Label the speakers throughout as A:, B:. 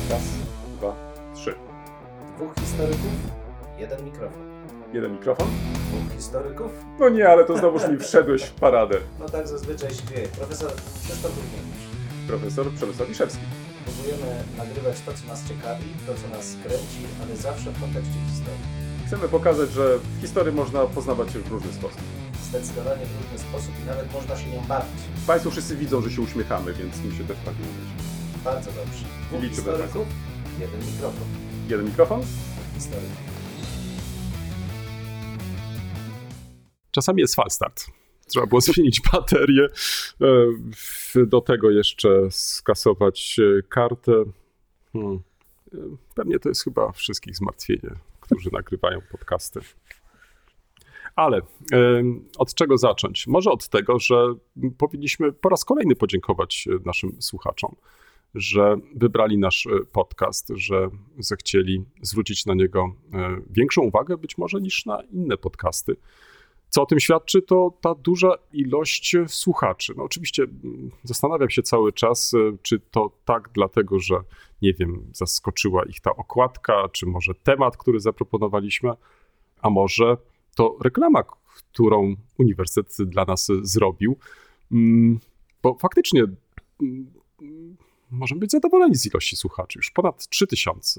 A: Raz,
B: 2, 3.
A: dwóch historyków, jeden mikrofon.
B: Jeden mikrofon?
A: Dwóch historyków?
B: No nie, ale to znowuż mi wszedłeś w paradę.
A: No tak zazwyczaj się dzieje. Profesor Krzysztof Górkiewicz.
B: Profesor Przemysław Wiszewski.
A: Próbujemy nagrywać to, co nas ciekawi, to, co nas kręci, ale zawsze w kontekście historii.
B: Chcemy pokazać, że w historii można poznawać się w różny sposób.
A: Zdecydowanie w różny sposób i nawet można się nią bawić.
B: Państwo wszyscy widzą, że się uśmiechamy, więc mi się też tak mówić.
A: Bardzo dobrze. Dwóch
B: Liczymy
A: historyków, jeden mikrofon.
B: Jeden mikrofon?
A: Historyk.
B: Czasami jest falstart. Trzeba było zmienić baterię, do tego jeszcze skasować kartę. Pewnie to jest chyba wszystkich zmartwienie, którzy nagrywają podcasty. Ale od czego zacząć? Może od tego, że powinniśmy po raz kolejny podziękować naszym słuchaczom, że wybrali nasz podcast, że zechcieli zwrócić na niego większą uwagę być może niż na inne podcasty. Co o tym świadczy, to ta duża ilość słuchaczy. No oczywiście zastanawiam się cały czas, czy to tak dlatego, że nie wiem, zaskoczyła ich ta okładka, czy może temat, który zaproponowaliśmy, a może to reklama, którą uniwersytet dla nas zrobił, bo faktycznie możemy być zadowoleni z ilości słuchaczy. Już ponad 3000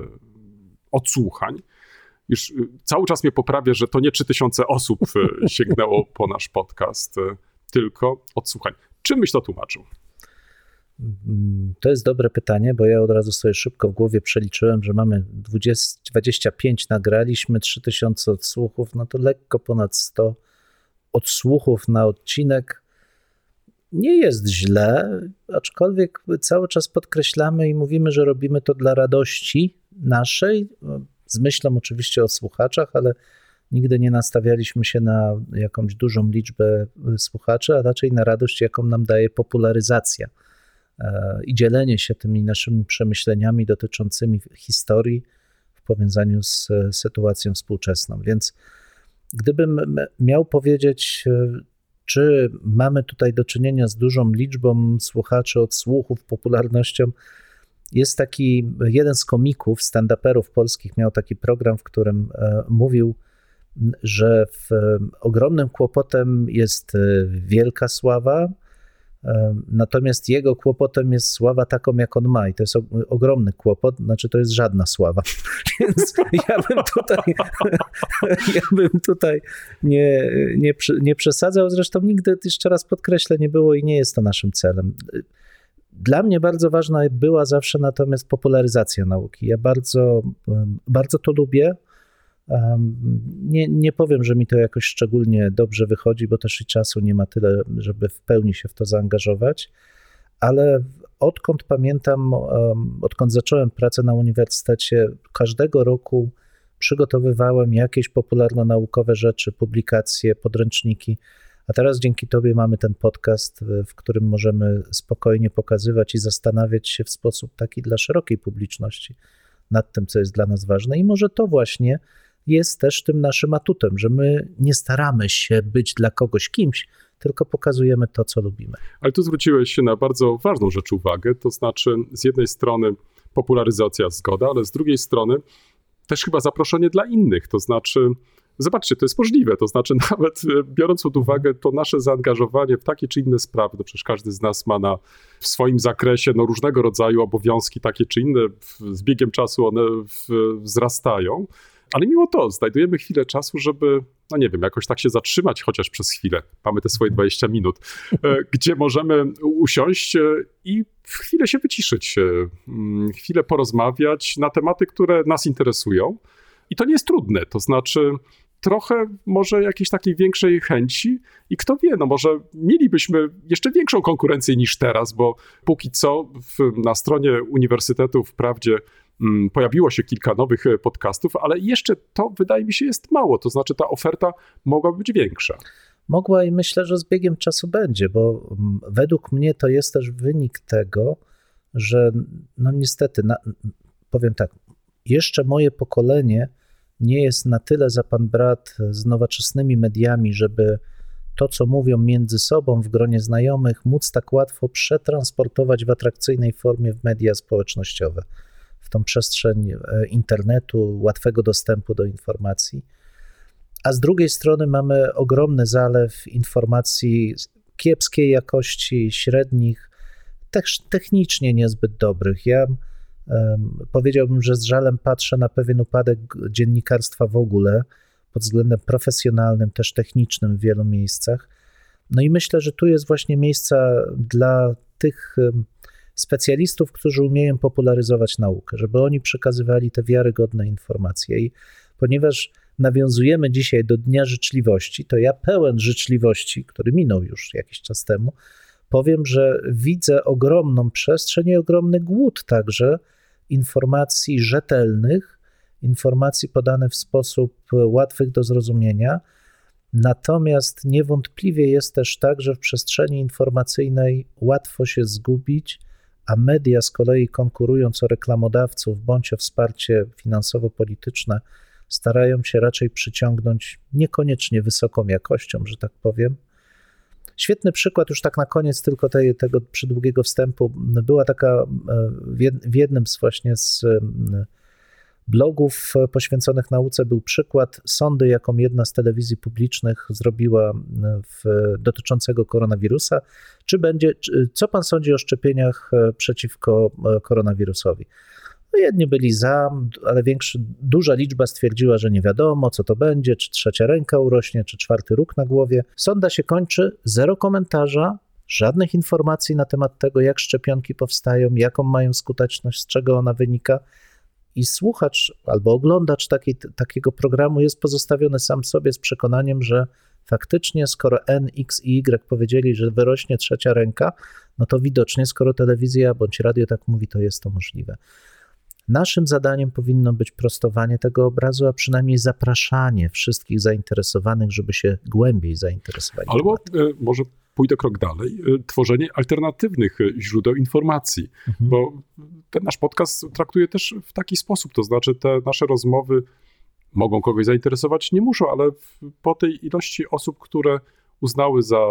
B: odsłuchań. Już cały czas mnie poprawia, że to nie 3000 osób sięgnęło po nasz podcast, tylko odsłuchań. Czym byś to tłumaczył?
C: To jest dobre pytanie, bo ja od razu sobie szybko w głowie przeliczyłem, że mamy 25 nagraliśmy, 3000 odsłuchów, no to lekko ponad 100 odsłuchów na odcinek. Nie jest źle, aczkolwiek cały czas podkreślamy i mówimy, że robimy to dla radości naszej, z myślą oczywiście o słuchaczach, ale nigdy nie nastawialiśmy się na jakąś dużą liczbę słuchaczy, a raczej na radość, jaką nam daje popularyzacja i dzielenie się tymi naszymi przemyśleniami dotyczącymi historii w powiązaniu z sytuacją współczesną. Więc gdybym miał powiedzieć, czy mamy tutaj do czynienia z dużą liczbą słuchaczy, odsłuchów, popularnością, jest taki jeden z komików, stand-uperów polskich miał taki program, w którym mówił, że ogromnym kłopotem jest wielka sława, natomiast jego kłopotem jest sława taką, jak on ma i to jest ogromny kłopot, znaczy to jest żadna sława. Więc ja bym tutaj nie przesadzał, zresztą nigdy, jeszcze raz podkreślę, nie było i nie jest to naszym celem. Dla mnie bardzo ważna była zawsze natomiast popularyzacja nauki. Ja bardzo to lubię. Nie powiem, że mi to jakoś szczególnie dobrze wychodzi, bo też i czasu nie ma tyle, żeby w pełni się w to zaangażować, ale odkąd pamiętam, odkąd zacząłem pracę na uniwersytecie, każdego roku przygotowywałem jakieś popularno-naukowe rzeczy, publikacje, podręczniki, a teraz dzięki tobie mamy ten podcast, w którym możemy spokojnie pokazywać i zastanawiać się w sposób taki dla szerokiej publiczności nad tym, co jest dla nas ważne i może to właśnie jest też tym naszym atutem, że my nie staramy się być dla kogoś kimś, tylko pokazujemy to, co lubimy.
B: Ale tu zwróciłeś się na bardzo ważną rzecz uwagę, to znaczy z jednej strony popularyzacja, zgoda, ale z drugiej strony też chyba zaproszenie dla innych, to znaczy zobaczcie, to jest możliwe, to znaczy nawet biorąc pod uwagę to nasze zaangażowanie w takie czy inne sprawy, no przecież każdy z nas ma w swoim zakresie różnego rodzaju obowiązki takie czy inne, z biegiem czasu one wzrastają, ale mimo to znajdujemy chwilę czasu, żeby, no nie wiem, jakoś tak się zatrzymać chociaż przez chwilę. Mamy te swoje 20 minut, gdzie możemy usiąść i w chwilę się wyciszyć, chwilę porozmawiać na tematy, które nas interesują. I to nie jest trudne, to znaczy trochę może jakiejś takiej większej chęci i kto wie, no może mielibyśmy jeszcze większą konkurencję niż teraz, bo póki co na stronie uniwersytetu wprawdzie pojawiło się kilka nowych podcastów, ale jeszcze to wydaje mi się jest mało, to znaczy ta oferta mogła być większa.
C: Mogła i myślę, że z biegiem czasu będzie, bo według mnie to jest też wynik tego, że no niestety, powiem tak, jeszcze moje pokolenie nie jest na tyle za pan brat z nowoczesnymi mediami, żeby to, co mówią między sobą w gronie znajomych, móc tak łatwo przetransportować w atrakcyjnej formie w media społecznościowe. w tą przestrzeń internetu, łatwego dostępu do informacji. A z drugiej strony mamy ogromny zalew informacji kiepskiej jakości, średnich, też technicznie niezbyt dobrych. Ja powiedziałbym, że z żalem patrzę na pewien upadek dziennikarstwa w ogóle, pod względem profesjonalnym, też technicznym w wielu miejscach. No i myślę, że tu jest właśnie miejsce dla tych specjalistów, którzy umieją popularyzować naukę, żeby oni przekazywali te wiarygodne informacje. I ponieważ nawiązujemy dzisiaj do Dnia Życzliwości, to ja pełen życzliwości, który minął już jakiś czas temu, powiem, że widzę ogromną przestrzeń i ogromny głód także informacji rzetelnych, informacji podane w sposób łatwych do zrozumienia. Natomiast niewątpliwie jest też tak, że w przestrzeni informacyjnej łatwo się zgubić, a media z kolei konkurując o reklamodawców bądź o wsparcie finansowo-polityczne starają się raczej przyciągnąć niekoniecznie wysoką jakością, że tak powiem. Świetny przykład, już tak na koniec tylko tego przydługiego wstępu, była taka w jednym z blogów poświęconych nauce był przykład sądy, jaką jedna z telewizji publicznych zrobiła dotyczącego koronawirusa. Co pan sądzi o szczepieniach przeciwko koronawirusowi? No jedni byli za, ale duża liczba stwierdziła, że nie wiadomo, co to będzie, czy trzecia ręka urośnie, czy czwarty róg na głowie. Sonda się kończy, zero komentarza, żadnych informacji na temat tego, jak szczepionki powstają, jaką mają skuteczność, z czego ona wynika. I słuchacz albo oglądacz takiego programu jest pozostawiony sam sobie z przekonaniem, że faktycznie skoro N, X i Y powiedzieli, że wyrośnie trzecia ręka, no to widocznie skoro telewizja bądź radio tak mówi, to jest to możliwe. Naszym zadaniem powinno być prostowanie tego obrazu, a przynajmniej zapraszanie wszystkich zainteresowanych, żeby się głębiej zainteresowali.
B: Albo może pójdę krok dalej, tworzenie alternatywnych źródeł informacji, bo ten nasz podcast traktuje też w taki sposób, to znaczy te nasze rozmowy mogą kogoś zainteresować, nie muszą, ale po tej ilości osób, które uznały za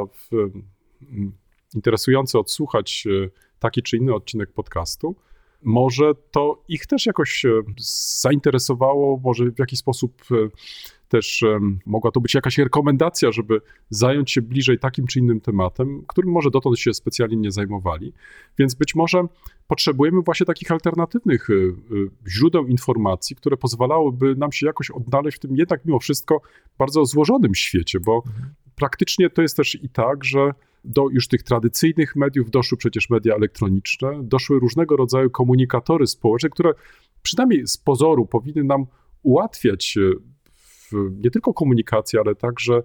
B: interesujące odsłuchać taki czy inny odcinek podcastu, może to ich też jakoś zainteresowało, może w jakiś sposób też mogła to być jakaś rekomendacja, żeby zająć się bliżej takim czy innym tematem, którym może dotąd się specjalnie nie zajmowali. Więc być może potrzebujemy właśnie takich alternatywnych źródeł informacji, które pozwalałyby nam się jakoś odnaleźć w tym jednak mimo wszystko bardzo złożonym świecie, bo praktycznie to jest też i tak, że do już tych tradycyjnych mediów doszły przecież media elektroniczne, doszły różnego rodzaju komunikatory społeczne, które przynajmniej z pozoru powinny nam ułatwiać nie tylko komunikację, ale także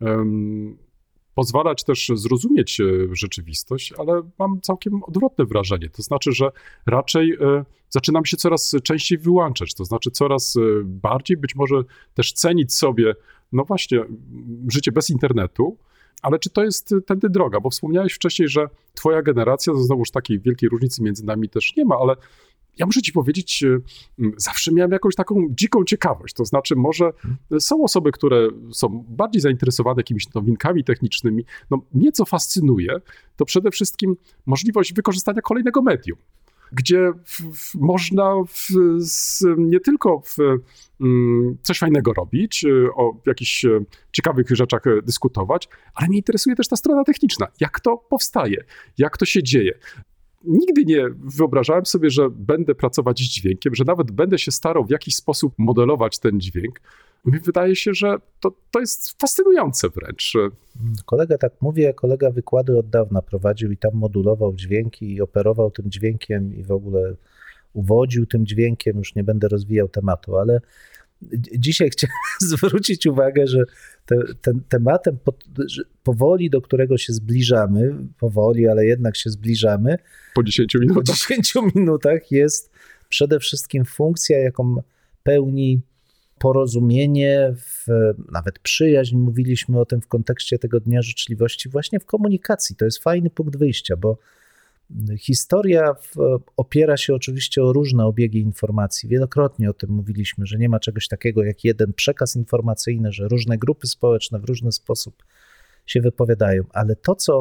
B: pozwalać też zrozumieć rzeczywistość, ale mam całkiem odwrotne wrażenie. To znaczy, że raczej zaczynam się coraz częściej wyłączać, to znaczy coraz bardziej być może też cenić sobie, no właśnie, życie bez internetu. Ale czy to jest tędy droga? Bo wspomniałeś wcześniej, że twoja generacja, to znowuż takiej wielkiej różnicy między nami też nie ma, ale ja muszę ci powiedzieć, zawsze miałem jakąś taką dziką ciekawość. To znaczy może są osoby, które są bardziej zainteresowane jakimiś nowinkami technicznymi. No, mnie co fascynuje, to przede wszystkim możliwość wykorzystania kolejnego medium, gdzie można nie tylko coś fajnego robić, o jakichś ciekawych rzeczach dyskutować, ale mnie interesuje też ta strona techniczna. Jak to powstaje? Jak to się dzieje? Nigdy nie wyobrażałem sobie, że będę pracować z dźwiękiem, że nawet będę się starał w jakiś sposób modelować ten dźwięk. Mi wydaje się, że to jest fascynujące wręcz.
C: Kolega tak mówi, a kolega wykłady od dawna prowadził i tam modulował dźwięki i operował tym dźwiękiem i w ogóle uwodził tym dźwiękiem. Już nie będę rozwijał tematu, ale dzisiaj chciałem zwrócić uwagę, że ten tematem powoli, do którego się zbliżamy, powoli, ale jednak się zbliżamy.
B: Po 10 minutach.
C: Po 10 minutach jest przede wszystkim funkcja, jaką pełni porozumienie, nawet przyjaźń. Mówiliśmy o tym w kontekście tego Dnia Życzliwości właśnie w komunikacji. To jest fajny punkt wyjścia, bo historia opiera się oczywiście o różne obiegi informacji. Wielokrotnie o tym mówiliśmy, że nie ma czegoś takiego jak jeden przekaz informacyjny, że różne grupy społeczne w różny sposób się wypowiadają, ale to, co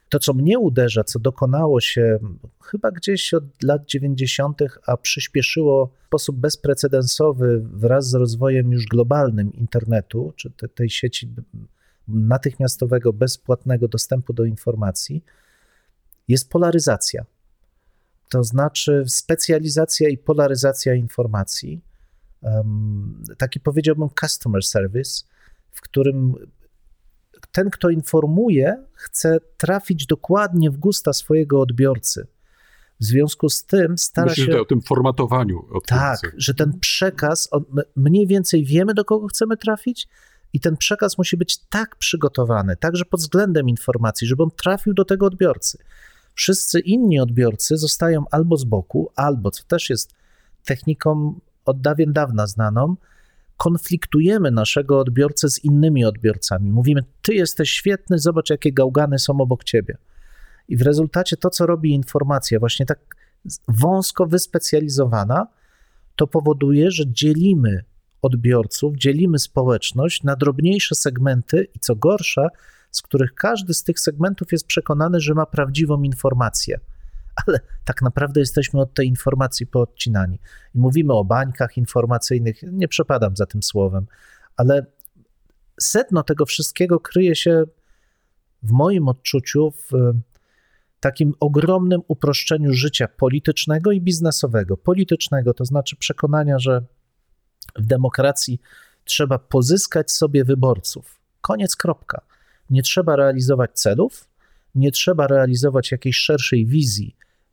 C: To, co mnie uderza, co dokonało się chyba gdzieś od lat 90., a przyspieszyło w sposób bezprecedensowy wraz z rozwojem już globalnym internetu, czy tej sieci natychmiastowego, bezpłatnego dostępu do informacji, jest polaryzacja. To znaczy specjalizacja i polaryzacja informacji. Taki powiedziałbym customer service, w którym ten, kto informuje, chce trafić dokładnie w gusta swojego odbiorcy. W związku z tym stara się...
B: Myślę o tym formatowaniu odbiorcy.
C: Tak, że ten przekaz, mniej więcej wiemy, do kogo chcemy trafić i ten przekaz musi być tak przygotowany, także pod względem informacji, żeby on trafił do tego odbiorcy. Wszyscy inni odbiorcy zostają albo z boku, albo, co też jest techniką od dawien dawna znaną, konfliktujemy naszego odbiorcę z innymi odbiorcami. Mówimy, ty jesteś świetny, zobacz, jakie gałgany są obok ciebie. I w rezultacie to, co robi informacja, właśnie tak wąsko wyspecjalizowana, to powoduje, że dzielimy odbiorców, dzielimy społeczność na drobniejsze segmenty i co gorsza, z których każdy z tych segmentów jest przekonany, że ma prawdziwą informację. Ale tak naprawdę jesteśmy od tej informacji poodcinani. I mówimy o bańkach informacyjnych, nie przepadam za tym słowem, ale sedno tego wszystkiego kryje się w moim odczuciu w takim ogromnym uproszczeniu życia politycznego i biznesowego. Politycznego to znaczy przekonania, że w demokracji trzeba pozyskać sobie wyborców. Koniec, kropka. Nie trzeba realizować celów, nie trzeba realizować jakiejś szerszej wizji,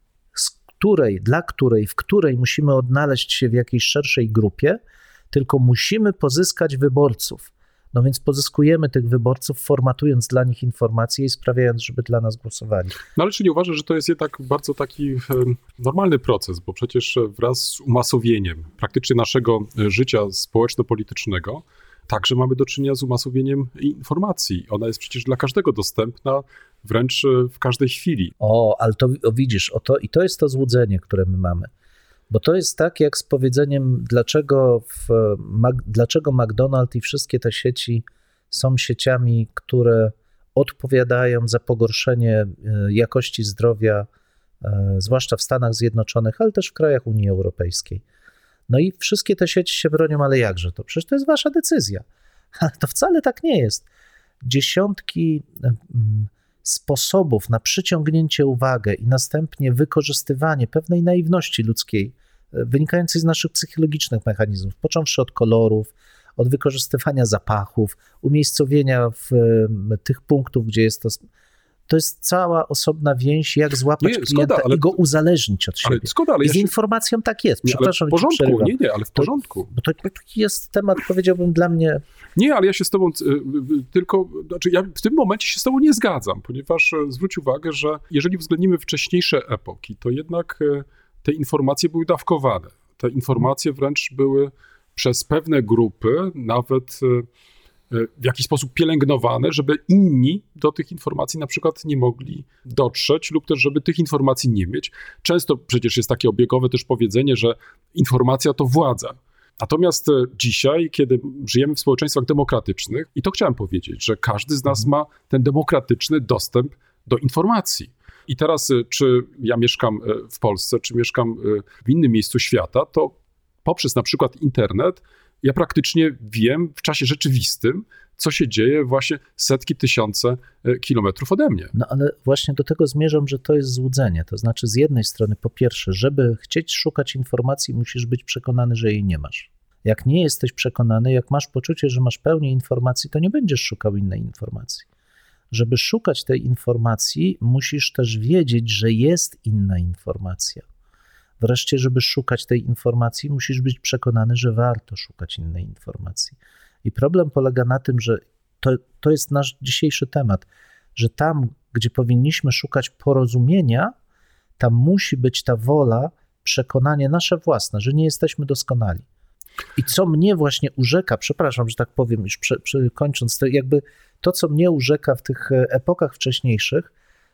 C: w której musimy odnaleźć się w jakiejś szerszej grupie, tylko musimy pozyskać wyborców. No więc pozyskujemy tych wyborców, formatując dla nich informacje i sprawiając, żeby dla nas głosowali.
B: No ale czy nie uważasz, że to jest jednak bardzo taki normalny proces, bo przecież wraz z umasowieniem praktycznie naszego życia społeczno-politycznego także mamy do czynienia z umasowieniem informacji. Ona jest przecież dla każdego dostępna wręcz w każdej chwili.
C: Ale to widzisz, i to jest to złudzenie, które my mamy. Bo to jest tak jak z powiedzeniem, dlaczego McDonald's i wszystkie te sieci są sieciami, które odpowiadają za pogorszenie jakości zdrowia, zwłaszcza w Stanach Zjednoczonych, ale też w krajach Unii Europejskiej. No i wszystkie te sieci się bronią, ale jakże to? Przecież to jest wasza decyzja. Ale to wcale tak nie jest. Dziesiątki sposobów na przyciągnięcie uwagi i następnie wykorzystywanie pewnej naiwności ludzkiej, wynikającej z naszych psychologicznych mechanizmów, począwszy od kolorów, od wykorzystywania zapachów, umiejscowienia w tych punktów, gdzie jest to. To jest cała osobna więź, jak złapać klienta i go uzależnić od siebie.
B: Ale
C: z informacją tak jest. Przepraszam,
B: w porządku, ale w porządku.
C: Bo to jest temat, powiedziałbym, dla mnie...
B: Nie, ale ja się z tobą ja w tym momencie się z tobą nie zgadzam, ponieważ zwróć uwagę, że jeżeli uwzględnimy wcześniejsze epoki, to jednak te informacje były dawkowane. Te informacje wręcz były przez pewne grupy nawet w jakiś sposób pielęgnowane, żeby inni do tych informacji na przykład nie mogli dotrzeć lub też żeby tych informacji nie mieć. Często przecież jest takie obiegowe też powiedzenie, że informacja to władza. Natomiast dzisiaj, kiedy żyjemy w społeczeństwach demokratycznych, i to chciałem powiedzieć, że każdy z nas ma ten demokratyczny dostęp do informacji. I teraz, czy ja mieszkam w Polsce, czy mieszkam w innym miejscu świata, to poprzez na przykład internet ja praktycznie wiem w czasie rzeczywistym, co się dzieje właśnie setki, tysiące kilometrów ode mnie.
C: No ale właśnie do tego zmierzam, że to jest złudzenie. To znaczy z jednej strony, po pierwsze, żeby chcieć szukać informacji, musisz być przekonany, że jej nie masz. Jak nie jesteś przekonany, jak masz poczucie, że masz pełnię informacji, to nie będziesz szukał innej informacji. Żeby szukać tej informacji, musisz też wiedzieć, że jest inna informacja. Wreszcie, żeby szukać tej informacji, musisz być przekonany, że warto szukać innej informacji. I problem polega na tym, że to jest nasz dzisiejszy temat, że tam, gdzie powinniśmy szukać porozumienia, tam musi być ta wola, przekonanie nasze własne, że nie jesteśmy doskonali. I co mnie właśnie urzeka, przepraszam, że tak powiem, już kończąc, to, co mnie urzeka w tych epokach wcześniejszych,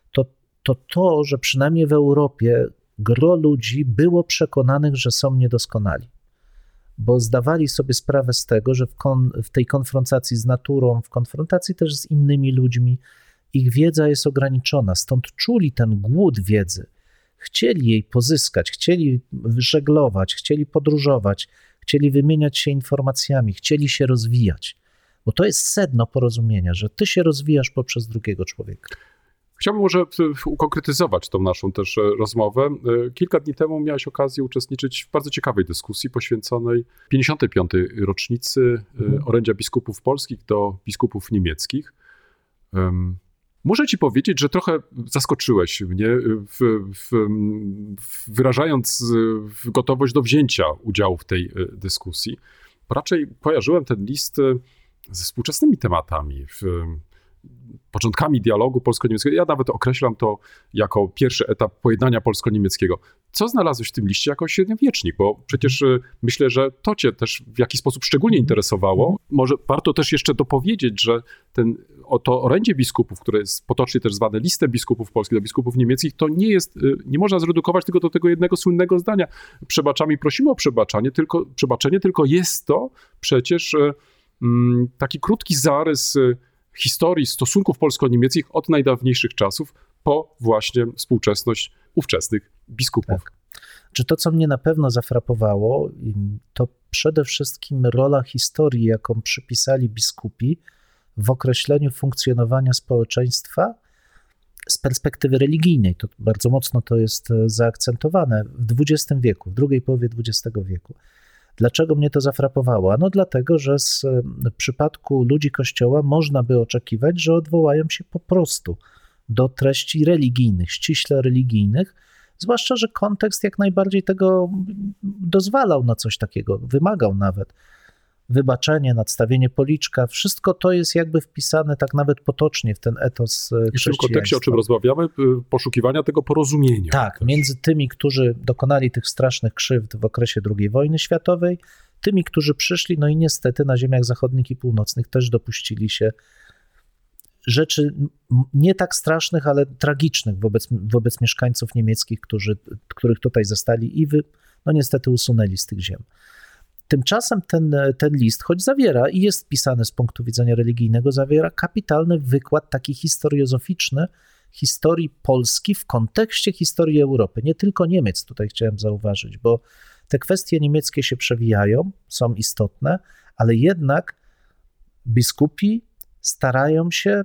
C: to, że przynajmniej w Europie gro ludzi było przekonanych, że są niedoskonali, bo zdawali sobie sprawę z tego, że w tej konfrontacji z naturą, w konfrontacji też z innymi ludźmi, ich wiedza jest ograniczona, stąd czuli ten głód wiedzy. Chcieli jej pozyskać, chcieli żeglować, chcieli podróżować, chcieli wymieniać się informacjami, chcieli się rozwijać. Bo to jest sedno porozumienia, że ty się rozwijasz poprzez drugiego człowieka.
B: Chciałbym może ukonkretyzować tą naszą też rozmowę. Kilka dni temu miałeś okazję uczestniczyć w bardzo ciekawej dyskusji poświęconej 55. rocznicy orędzia biskupów polskich do biskupów niemieckich. Muszę ci powiedzieć, że trochę zaskoczyłeś mnie, wyrażając gotowość do wzięcia udziału w tej dyskusji. Raczej kojarzyłem ten list ze współczesnymi tematami, początkami dialogu polsko-niemieckiego. Ja nawet określam to jako pierwszy etap pojednania polsko-niemieckiego. Co znalazłeś w tym liście jako średniowiecznik? Bo przecież myślę, że to cię też w jakiś sposób szczególnie interesowało. Może warto też jeszcze dopowiedzieć, że to orędzie biskupów, które jest potocznie też zwane listem biskupów polskich do biskupów niemieckich, to nie można zredukować tylko do tego jednego słynnego zdania. Przebaczamy, prosimy o przebaczenie, tylko jest to przecież taki krótki zarys historii stosunków polsko-niemieckich od najdawniejszych czasów po właśnie współczesność ówczesnych biskupów.
C: Tak. Czy to, co mnie na pewno zafrapowało, to przede wszystkim rola historii, jaką przypisali biskupi w określeniu funkcjonowania społeczeństwa z perspektywy religijnej. To bardzo mocno to jest zaakcentowane w XX wieku, w drugiej połowie XX wieku. Dlaczego mnie to zafrapowało? Ano dlatego, że w przypadku ludzi Kościoła można by oczekiwać, że odwołają się po prostu do treści religijnych, ściśle religijnych, zwłaszcza, że kontekst jak najbardziej tego dozwalał na coś takiego, wymagał nawet. Wybaczenie, nadstawienie policzka, wszystko to jest jakby wpisane tak nawet potocznie w ten etos chrześcijaństwa.
B: I w tym kontekście, o czym rozmawiamy, poszukiwania tego porozumienia.
C: Tak, też między tymi, którzy dokonali tych strasznych krzywd w okresie II wojny światowej, tymi, którzy przyszli, no i niestety na ziemiach zachodnich i północnych też dopuścili się rzeczy nie tak strasznych, ale tragicznych wobec mieszkańców niemieckich, których tutaj zastali i no niestety usunęli z tych ziem. Tymczasem ten list, choć zawiera i jest pisany z punktu widzenia religijnego, zawiera kapitalny wykład taki historiozoficzny historii Polski w kontekście historii Europy. Nie tylko Niemiec, tutaj chciałem zauważyć, bo te kwestie niemieckie się przewijają, są istotne, ale jednak biskupi starają się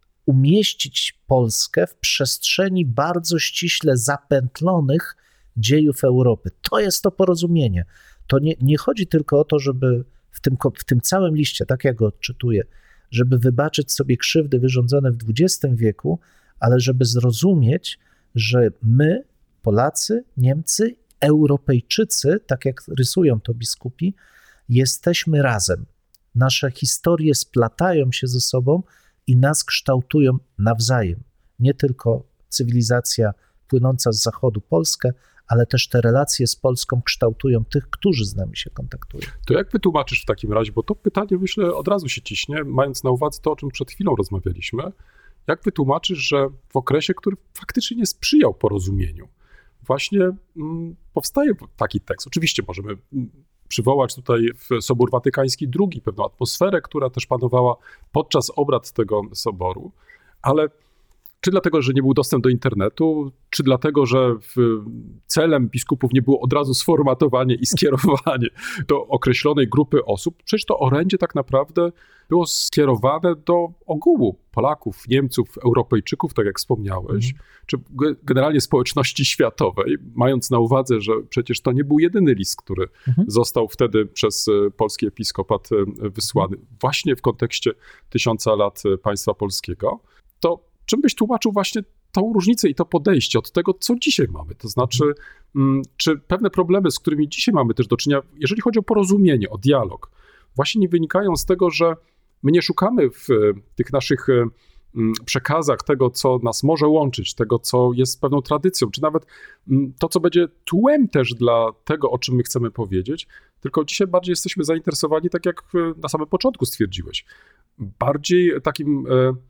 C: umieścić Polskę w przestrzeni bardzo ściśle zapętlonych dziejów Europy. To jest to porozumienie. To nie chodzi tylko o to, żeby w tym całym liście, tak jak go odczytuję, żeby wybaczyć sobie krzywdy wyrządzone w XX wieku, ale żeby zrozumieć, że my, Polacy, Niemcy, Europejczycy, tak jak rysują to biskupi, jesteśmy razem. Nasze historie splatają się ze sobą i nas kształtują nawzajem. Nie tylko cywilizacja płynąca z zachodu, Polskę, ale też te relacje z Polską kształtują tych, którzy z nami się kontaktują.
B: To jak wytłumaczysz w takim razie, bo to pytanie myślę od razu się ciśnie, mając na uwadze to, o czym przed chwilą rozmawialiśmy, jak wytłumaczysz, że w okresie, który faktycznie nie sprzyjał porozumieniu, właśnie powstaje taki tekst. Oczywiście możemy przywołać tutaj w Sobór Watykański II pewną atmosferę, która też panowała podczas obrad tego soboru, ale czy dlatego, że nie był dostęp do internetu, czy dlatego, że celem biskupów nie było od razu sformatowanie i skierowanie do określonej grupy osób, przecież to orędzie tak naprawdę było skierowane do ogółu Polaków, Niemców, Europejczyków, tak jak wspomniałeś, czy generalnie społeczności światowej, mając na uwadze, że przecież to nie był jedyny list, który został wtedy przez polski episkopat wysłany właśnie w kontekście 1000 lat państwa polskiego, to czym byś tłumaczył właśnie tą różnicę i to podejście od tego, co dzisiaj mamy? To znaczy, czy pewne problemy, z którymi dzisiaj mamy też do czynienia, jeżeli chodzi o porozumienie, o dialog, właśnie nie wynikają z tego, że my nie szukamy w tych naszych przekazach tego, co nas może łączyć, tego, co jest pewną tradycją, czy nawet to, co będzie tłem też dla tego, o czym my chcemy powiedzieć, tylko dzisiaj bardziej jesteśmy zainteresowani, tak jak na samym początku stwierdziłeś, bardziej takim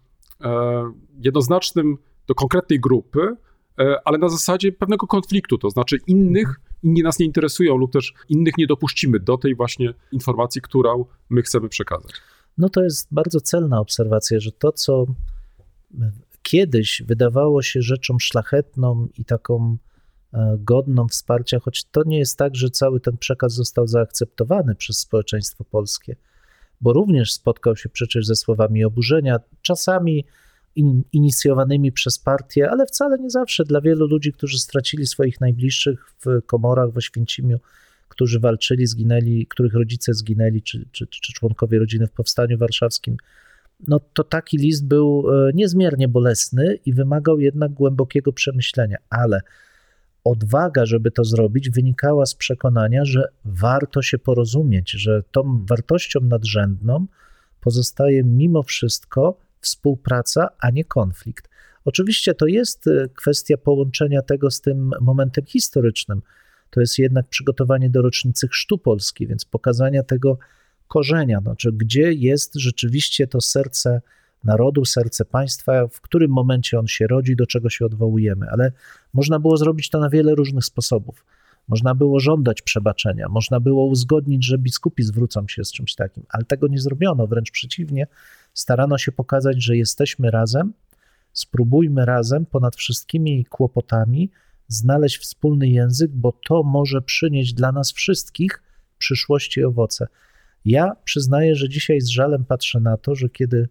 B: jednoznacznym do konkretnej grupy, ale na zasadzie pewnego konfliktu, to znaczy inni nas nie interesują lub też innych nie dopuścimy do tej właśnie informacji, którą my chcemy przekazać.
C: No to jest bardzo celna obserwacja, że to, co kiedyś wydawało się rzeczą szlachetną i taką godną wsparcia, choć to nie jest tak, że cały ten przekaz został zaakceptowany przez społeczeństwo polskie, bo również spotkał się przecież ze słowami oburzenia, czasami inicjowanymi przez partię, ale wcale nie zawsze. Dla wielu ludzi, którzy stracili swoich najbliższych w komorach w Oświęcimiu, którzy walczyli, zginęli, których rodzice zginęli, czy członkowie rodziny w Powstaniu Warszawskim, no to taki list był niezmiernie bolesny i wymagał jednak głębokiego przemyślenia, ale odwaga, żeby to zrobić, wynikała z przekonania, że warto się porozumieć, że tą wartością nadrzędną pozostaje mimo wszystko współpraca, a nie konflikt. Oczywiście to jest kwestia połączenia tego z tym momentem historycznym. To jest jednak przygotowanie do rocznicy chrztu Polski, więc pokazania tego korzenia, znaczy gdzie jest rzeczywiście to serce narodu, serce państwa, w którym momencie on się rodzi, do czego się odwołujemy, ale można było zrobić to na wiele różnych sposobów. Można było żądać przebaczenia, można było uzgodnić, że biskupi zwrócą się z czymś takim, ale tego nie zrobiono, wręcz przeciwnie, starano się pokazać, że jesteśmy razem, spróbujmy razem ponad wszystkimi kłopotami znaleźć wspólny język, bo to może przynieść dla nas wszystkich w przyszłości owoce. Ja przyznaję, że dzisiaj z żalem patrzę na to, że kiedy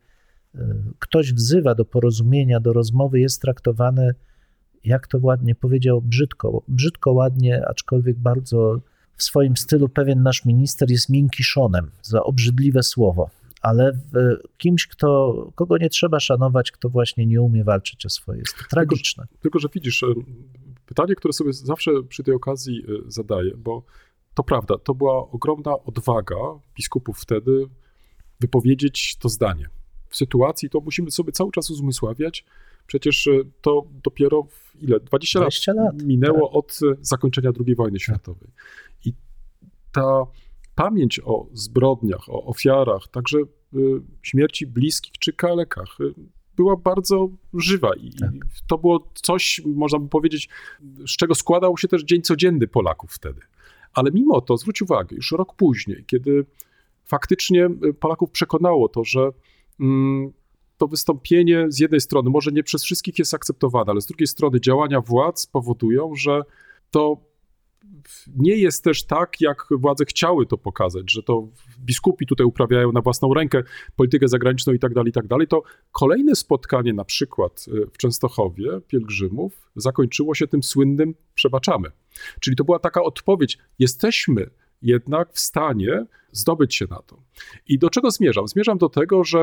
C: ktoś wzywa do porozumienia, do rozmowy, jest traktowany, jak to ładnie powiedział, brzydko ładnie, aczkolwiek bardzo w swoim stylu pewien nasz minister jest miękiszonem, za obrzydliwe słowo, ale kimś, kogo nie trzeba szanować, kto właśnie nie umie walczyć o swoje. Jest to tragiczne.
B: Tylko, że widzisz, pytanie, które sobie zawsze przy tej okazji zadaję, bo to prawda, to była ogromna odwaga biskupów wtedy wypowiedzieć to zdanie. W sytuacji, to musimy sobie cały czas uzmysławiać, przecież to dopiero 20 lat minęło tak. Od zakończenia II wojny światowej. I ta pamięć o zbrodniach, o ofiarach, także śmierci bliskich czy kalekach była bardzo żywa i to było coś, można by powiedzieć, z czego składał się też dzień codzienny Polaków wtedy. Ale mimo to, zwróć uwagę, już rok później, kiedy faktycznie Polaków przekonało to, że to wystąpienie z jednej strony może nie przez wszystkich jest akceptowane, ale z drugiej strony działania władz powodują, że to nie jest też tak, jak władze chciały to pokazać, że to biskupi tutaj uprawiają na własną rękę politykę zagraniczną i tak dalej, to kolejne spotkanie na przykład w Częstochowie pielgrzymów zakończyło się tym słynnym przebaczamy. Czyli to była taka odpowiedź, jesteśmy jednak w stanie zdobyć się na to. I do czego zmierzam? Zmierzam do tego, że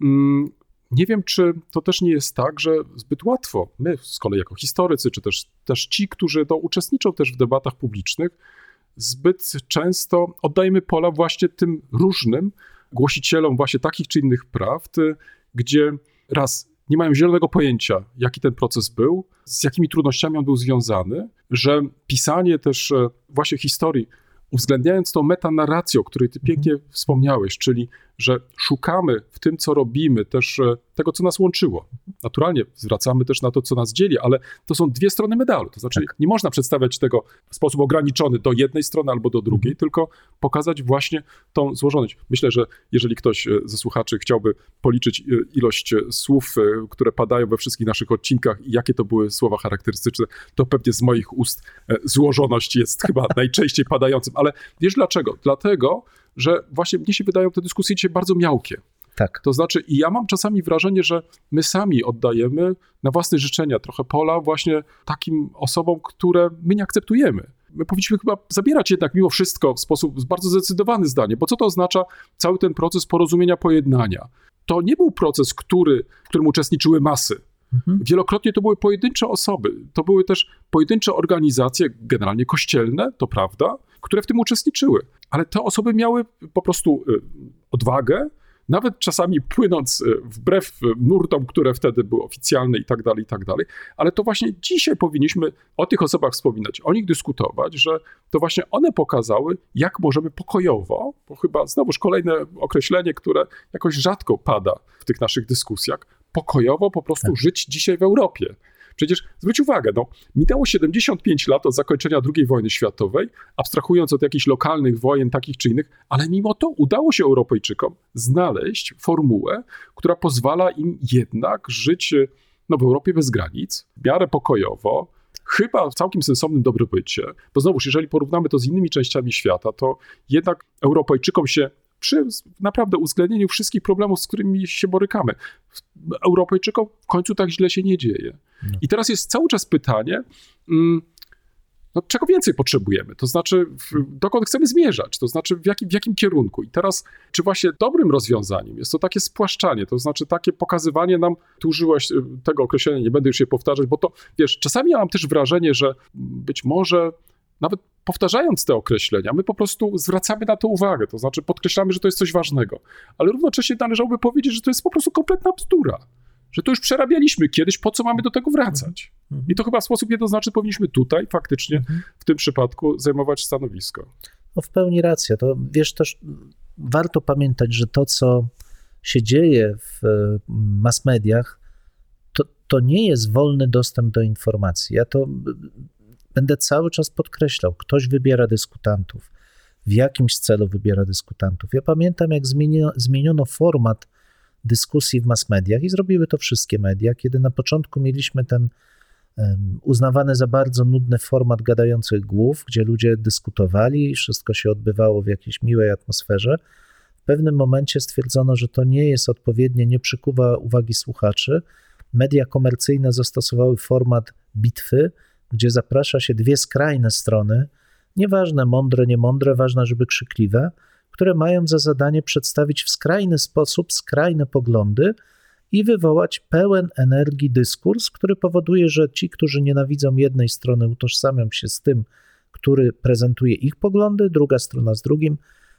B: nie wiem, czy to też nie jest tak, że zbyt łatwo, my z kolei jako historycy, czy też ci, którzy uczestniczą też w debatach publicznych, zbyt często oddajemy pola właśnie tym różnym głosicielom właśnie takich czy innych prawd, gdzie raz nie mają zielonego pojęcia, jaki ten proces był, z jakimi trudnościami on był związany, że pisanie też właśnie historii, uwzględniając tą metanarrację, o której ty pięknie wspomniałeś, czyli że szukamy w tym, co robimy, też tego, co nas łączyło. Naturalnie zwracamy też na to, co nas dzieli, ale to są dwie strony medalu. To znaczy nie można przedstawiać tego w sposób ograniczony do jednej strony albo do drugiej, tylko pokazać właśnie tą złożoność. Myślę, że jeżeli ktoś ze słuchaczy chciałby policzyć ilość słów, które padają we wszystkich naszych odcinkach i jakie to były słowa charakterystyczne, to pewnie z moich ust złożoność jest chyba najczęściej padającym. Ale wiesz dlaczego? Dlatego, że właśnie mnie się wydają te dyskusje dzisiaj bardzo miałkie.
C: Tak.
B: To znaczy, i ja mam czasami wrażenie, że my sami oddajemy na własne życzenia trochę pola właśnie takim osobom, które my nie akceptujemy. My powinniśmy chyba zabierać jednak mimo wszystko w sposób bardzo zdecydowany zdanie, bo co to oznacza cały ten proces porozumienia, pojednania? To nie był proces, w którym uczestniczyły masy. Wielokrotnie to były pojedyncze osoby, to były też pojedyncze organizacje, generalnie kościelne, to prawda, które w tym uczestniczyły. Ale te osoby miały po prostu odwagę, nawet czasami płynąc wbrew nurtom, które wtedy były oficjalne i tak dalej, ale to właśnie dzisiaj powinniśmy o tych osobach wspominać, o nich dyskutować, że to właśnie one pokazały, jak możemy pokojowo, bo chyba znowuż kolejne określenie, które jakoś rzadko pada w tych naszych dyskusjach, pokojowo po prostu żyć dzisiaj w Europie. Przecież zwróć uwagę, minęło 75 lat od zakończenia II wojny światowej, abstrahując od jakichś lokalnych wojen takich czy innych, ale mimo to udało się Europejczykom znaleźć formułę, która pozwala im jednak żyć w Europie bez granic, w miarę pokojowo, chyba w całkiem sensownym dobrobycie, bo znowuż, jeżeli porównamy to z innymi częściami świata, to jednak Europejczykom się przy naprawdę uwzględnieniu wszystkich problemów, z którymi się borykamy, Europejczykom w końcu tak źle się nie dzieje. I teraz jest cały czas pytanie, czego więcej potrzebujemy? To znaczy, dokąd chcemy zmierzać? To znaczy, w jakim kierunku? I teraz, czy właśnie dobrym rozwiązaniem jest to takie spłaszczanie, to znaczy takie pokazywanie nam, tu użyłaś tego określenia, nie będę już je powtarzać, bo to, wiesz, czasami ja mam też wrażenie, że być może nawet powtarzając te określenia, my po prostu zwracamy na to uwagę, to znaczy podkreślamy, że to jest coś ważnego, ale równocześnie należałoby powiedzieć, że to jest po prostu kompletna bzdura, że to już przerabialiśmy kiedyś, po co mamy do tego wracać? I to chyba w sposób jednoznaczny powinniśmy tutaj faktycznie w tym przypadku zajmować stanowisko.
C: No w pełni racja. To wiesz, też warto pamiętać, że to, co się dzieje w mass mediach, to nie jest wolny dostęp do informacji. Ja to będę cały czas podkreślał. Ktoś wybiera dyskutantów. W jakimś celu wybiera dyskutantów. Ja pamiętam, jak zmieniono format dyskusji w mass mediach i zrobiły to wszystkie media, kiedy na początku mieliśmy ten uznawany za bardzo nudny format gadających głów, gdzie ludzie dyskutowali i wszystko się odbywało w jakiejś miłej atmosferze. W pewnym momencie stwierdzono, że to nie jest odpowiednie, nie przykuwa uwagi słuchaczy. Media komercyjne zastosowały format bitwy, gdzie zaprasza się dwie skrajne strony, nieważne mądre, niemądre, ważne, żeby krzykliwe, które mają za zadanie przedstawić w skrajny sposób skrajne poglądy i wywołać pełen energii dyskurs, który powoduje, że ci, którzy nienawidzą jednej strony, utożsamią się z tym, który prezentuje ich poglądy, druga strona z drugim.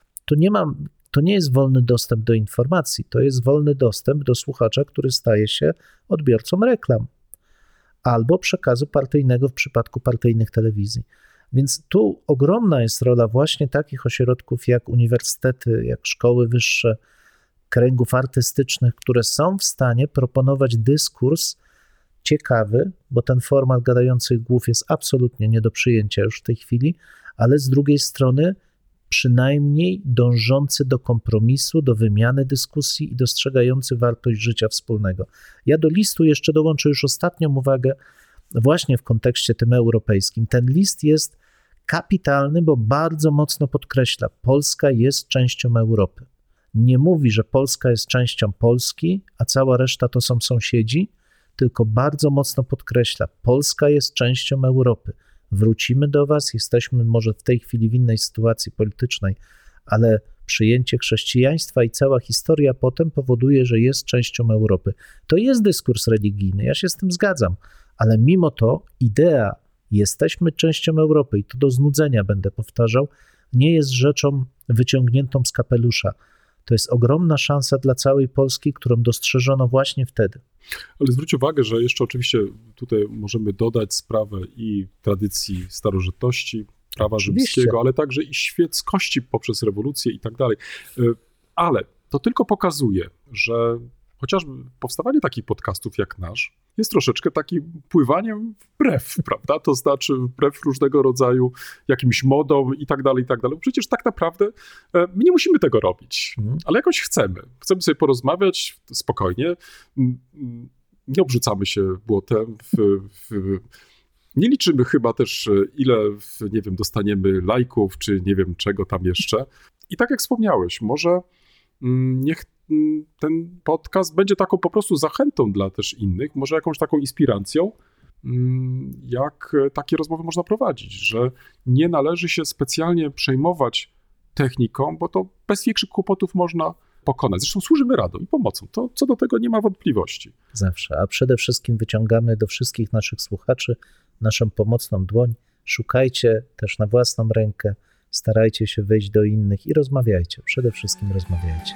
C: To nie jest wolny dostęp do informacji, to jest wolny dostęp do słuchacza, który staje się odbiorcą reklam albo przekazu partyjnego w przypadku partyjnych telewizji. Więc tu ogromna jest rola właśnie takich ośrodków jak uniwersytety, jak szkoły wyższe, kręgów artystycznych, które są w stanie proponować dyskurs ciekawy, bo ten format gadających głów jest absolutnie nie do przyjęcia już w tej chwili, ale z drugiej strony przynajmniej dążący do kompromisu, do wymiany dyskusji i dostrzegający wartość życia wspólnego. Ja do listu jeszcze dołączę już ostatnią uwagę właśnie w kontekście tym europejskim. Ten list jest kapitalny, bo bardzo mocno podkreśla, Polska jest częścią Europy. Nie mówi, że Polska jest częścią Polski, a cała reszta to są sąsiedzi, tylko bardzo mocno podkreśla, Polska jest częścią Europy. Wrócimy do was, jesteśmy może w tej chwili w innej sytuacji politycznej, ale przyjęcie chrześcijaństwa i cała historia potem powoduje, że jest częścią Europy. To jest dyskurs religijny, ja się z tym zgadzam, ale mimo to idea, jesteśmy częścią Europy i to do znudzenia będę powtarzał, nie jest rzeczą wyciągniętą z kapelusza. To jest ogromna szansa dla całej Polski, którą dostrzeżono właśnie wtedy.
B: Ale zwróć uwagę, że jeszcze oczywiście tutaj możemy dodać sprawę i tradycji starożytności, prawa rzymskiego, ale także i świeckości poprzez rewolucję i tak dalej. Ale to tylko pokazuje, że chociażby powstawanie takich podcastów jak nasz jest troszeczkę takim pływaniem wbrew, prawda? To znaczy wbrew różnego rodzaju jakimś modom i tak dalej, i tak dalej. Przecież tak naprawdę my nie musimy tego robić, ale jakoś chcemy. Chcemy sobie porozmawiać spokojnie, nie obrzucamy się błotem, nie liczymy chyba też, ile, nie wiem, dostaniemy lajków, czy nie wiem czego tam jeszcze. I tak jak wspomniałeś, może niech ten podcast będzie taką po prostu zachętą dla też innych, może jakąś taką inspiracją, jak takie rozmowy można prowadzić, że nie należy się specjalnie przejmować techniką, bo to bez większych kłopotów można pokonać. Zresztą służymy radą i pomocą. To co do tego nie ma wątpliwości.
C: Zawsze, a przede wszystkim wyciągamy do wszystkich naszych słuchaczy naszą pomocną dłoń. Szukajcie też na własną rękę, starajcie się wejść do innych i rozmawiajcie. Przede wszystkim rozmawiajcie.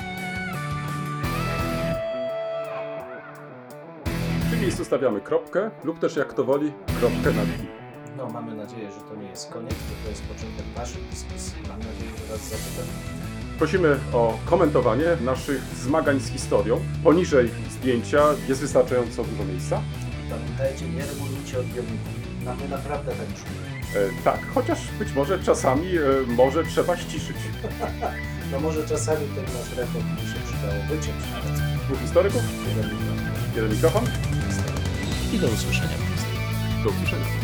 B: W tym miejscu stawiamy kropkę lub też jak kto woli kropkę nad i.
A: No, mamy nadzieję, że to nie jest koniec, że to jest początek naszej dyskusji. Mam nadzieję, że was zapytam.
B: Prosimy o komentowanie naszych zmagań z historią. Poniżej zdjęcia jest wystarczająco dużo miejsca.
A: pamiętajcie, nie regulujcie odbiorników. My naprawdę tak czujemy.
D: Tak, chociaż być może czasami może trzeba ściszyć.
A: No może czasami ten nasz rekord by się przydało wyciąć.
D: Dwóch historyków, jeden mikrofon.
C: I do usłyszenia.
B: Do usłyszenia.